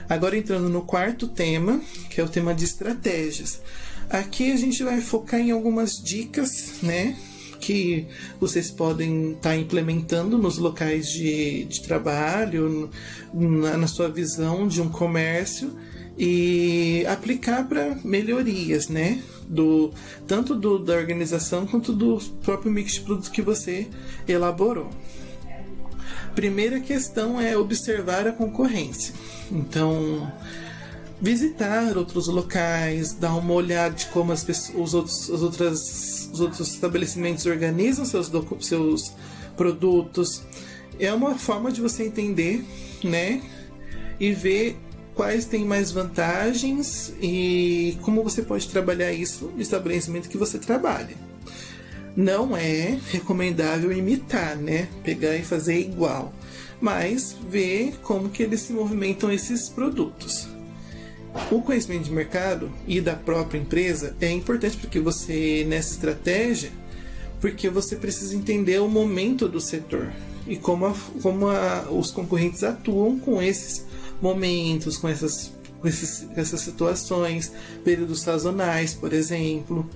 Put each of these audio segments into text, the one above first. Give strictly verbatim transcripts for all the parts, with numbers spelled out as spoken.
Agora entrando no quarto tema, que é o tema de estratégias. Aqui a gente vai focar em algumas dicas, né, que vocês podem estar tá implementando nos locais de, de trabalho, na, na sua visão de um comércio, e aplicar para melhorias, né, do, tanto do, da organização quanto do próprio mix de produtos que você elaborou. Primeira questão é observar a concorrência. Então, visitar outros locais, dar uma olhada de como as pessoas, os, outros, as outras, os outros estabelecimentos organizam seus, seus produtos. É uma forma de você entender, né, e ver quais têm mais vantagens e como você pode trabalhar isso no estabelecimento que você trabalha. Não é recomendável imitar, né, pegar e fazer igual, mas ver como que eles se movimentam esses produtos. O conhecimento de mercado e da própria empresa é importante porque você, nessa estratégia, porque você precisa entender o momento do setor e como, a, como a, os concorrentes atuam com esses momentos, com essas, com esses, essas situações, períodos sazonais, por exemplo.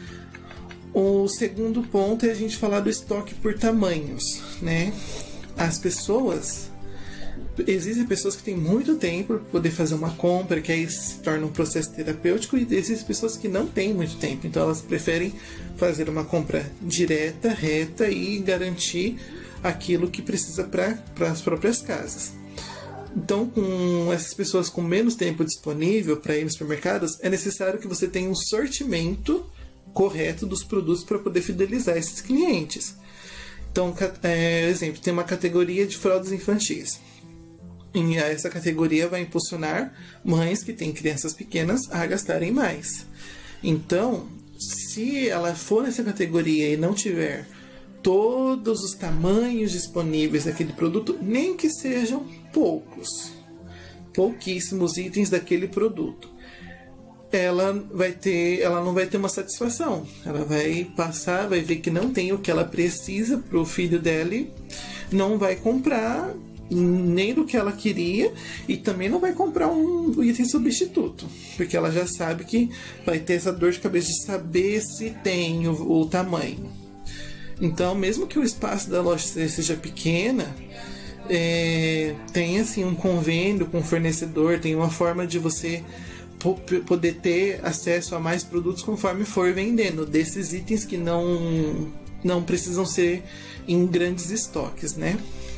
O segundo ponto é a gente falar do estoque por tamanhos, né? As pessoas... Existem pessoas que têm muito tempo para poder fazer uma compra, que aí se torna um processo terapêutico, e existem pessoas que não têm muito tempo, então elas preferem fazer uma compra direta, reta e garantir aquilo que precisa para as próprias casas. Então, com essas pessoas com menos tempo disponível para ir nos supermercados, é necessário que você tenha um sortimento correto dos produtos para poder fidelizar esses clientes. Então, é, exemplo, tem uma categoria de fraldas infantis. E essa categoria vai impulsionar mães que têm crianças pequenas a gastarem mais. Então, se ela for nessa categoria e não tiver todos os tamanhos disponíveis daquele produto, nem que sejam poucos, pouquíssimos itens daquele produto, ela vai ter, ela não vai ter uma satisfação. Ela vai passar, vai ver que não tem o que ela precisa para o filho dela, e não vai comprar nem do que ela queria, e também não vai comprar um item substituto, porque ela já sabe que vai ter essa dor de cabeça de saber se tem o, o tamanho. Então, mesmo que o espaço da loja seja pequena, é, tem assim um convênio com o fornecedor, tem uma forma de você poder ter acesso a mais produtos conforme for vendendo, desses itens que não, não precisam ser em grandes estoques, né?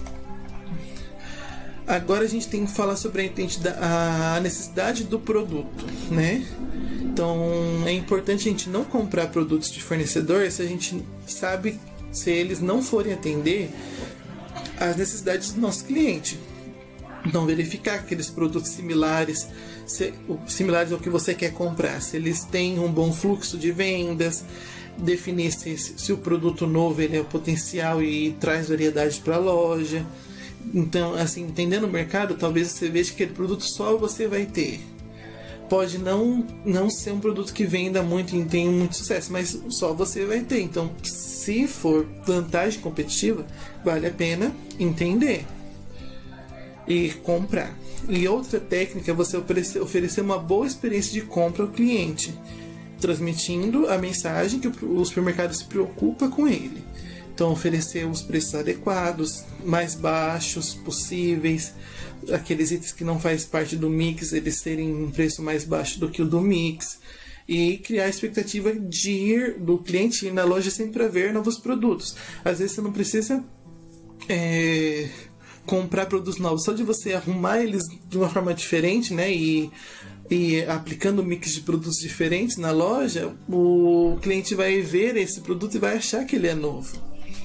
Agora a gente tem que falar sobre a necessidade do produto, né? Então é importante a gente não comprar produtos de fornecedor se a gente sabe, se eles não forem atender às necessidades do nosso cliente. Então, verificar aqueles produtos similares, se, similares ao que você quer comprar, se eles têm um bom fluxo de vendas, definir se, se o produto novo ele é potencial e traz variedade para a loja. Então, assim, entendendo o mercado, talvez você veja que aquele produto só você vai ter. Pode não, não ser um produto que venda muito e tenha muito sucesso, mas só você vai ter. Então, se for vantagem competitiva, vale a pena entender e comprar. E outra técnica é você oferecer, oferecer uma boa experiência de compra ao cliente, transmitindo a mensagem que o supermercado se preocupa com ele. Então, oferecer os preços adequados, mais baixos possíveis, aqueles itens que não fazem parte do mix, eles terem um preço mais baixo do que o do mix, e criar a expectativa de ir, do cliente ir na loja sempre para ver novos produtos. Às vezes você não precisa é, comprar produtos novos, só de você arrumar eles de uma forma diferente, né, e, e aplicando um mix de produtos diferentes na loja, o cliente vai ver esse produto e vai achar que ele é novo.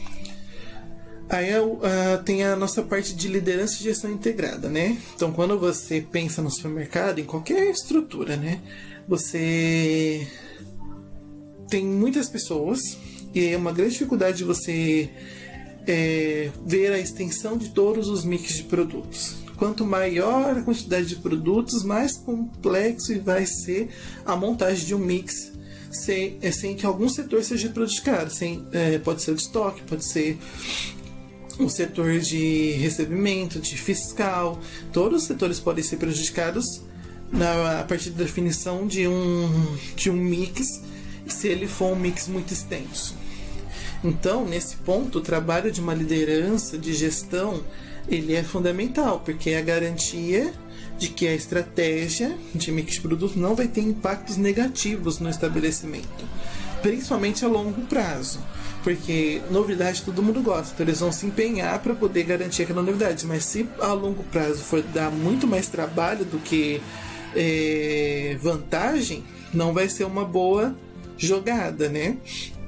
Aí uh, tem a nossa parte de liderança e gestão integrada, né? Então, quando você pensa no supermercado, em qualquer estrutura, né? Você tem muitas pessoas e é uma grande dificuldade de você é, ver a extensão de todos os mix de produtos. Quanto maior a quantidade de produtos, mais complexo vai ser a montagem de um mix sem, sem que algum setor seja prejudicado. Sem, é, pode ser o de estoque, pode ser o setor de recebimento, de fiscal, todos os setores podem ser prejudicados na, a partir da definição de um, de um mix, se ele for um mix muito extenso. Então, nesse ponto, o trabalho de uma liderança, de gestão, ele é fundamental, porque é a garantia de que a estratégia de mix de produtos não vai ter impactos negativos no estabelecimento, principalmente a longo prazo. Porque novidade todo mundo gosta, então eles vão se empenhar para poder garantir aquela novidade. Mas se a longo prazo for dar muito mais trabalho do que é, vantagem, não vai ser uma boa jogada, né?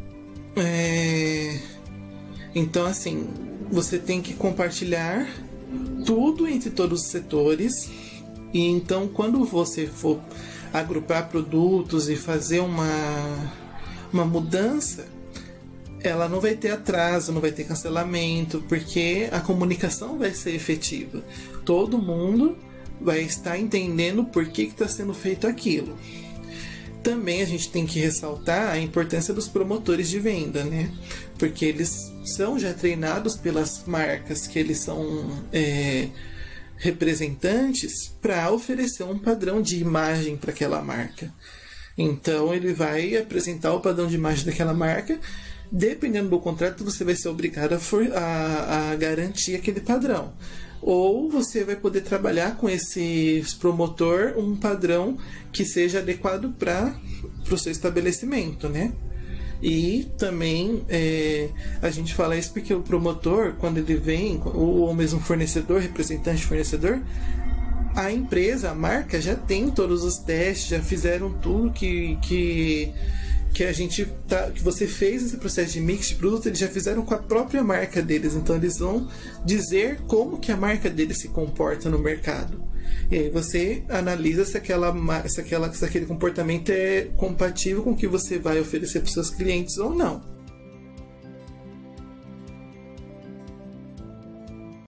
É... Então, assim, você tem que compartilhar tudo entre todos os setores. E então, quando você for agrupar produtos e fazer uma, uma mudança, ela não vai ter atraso, não vai ter cancelamento, porque a comunicação vai ser efetiva. Todo mundo vai estar entendendo por que está sendo feito aquilo. Também a gente tem que ressaltar a importância dos promotores de venda, né? Porque eles são já treinados pelas marcas que eles são é, representantes para oferecer um padrão de imagem para aquela marca. Então ele vai apresentar o padrão de imagem daquela marca. Dependendo do contrato, você vai ser obrigado a, for, a, a garantir aquele padrão. Ou você vai poder trabalhar com esse promotor um padrão que seja adequado para o seu estabelecimento, né? E também é, a gente fala isso porque o promotor, quando ele vem, ou, ou mesmo fornecedor, representante de fornecedor, a empresa, a marca já tem todos os testes, já fizeram tudo que... que que a gente tá, que você fez esse processo de mix de produto, eles já fizeram com a própria marca deles, então eles vão dizer como que a marca deles se comporta no mercado. E aí você analisa se, aquela, se, aquela, se aquele comportamento é compatível com o que você vai oferecer para os seus clientes ou não.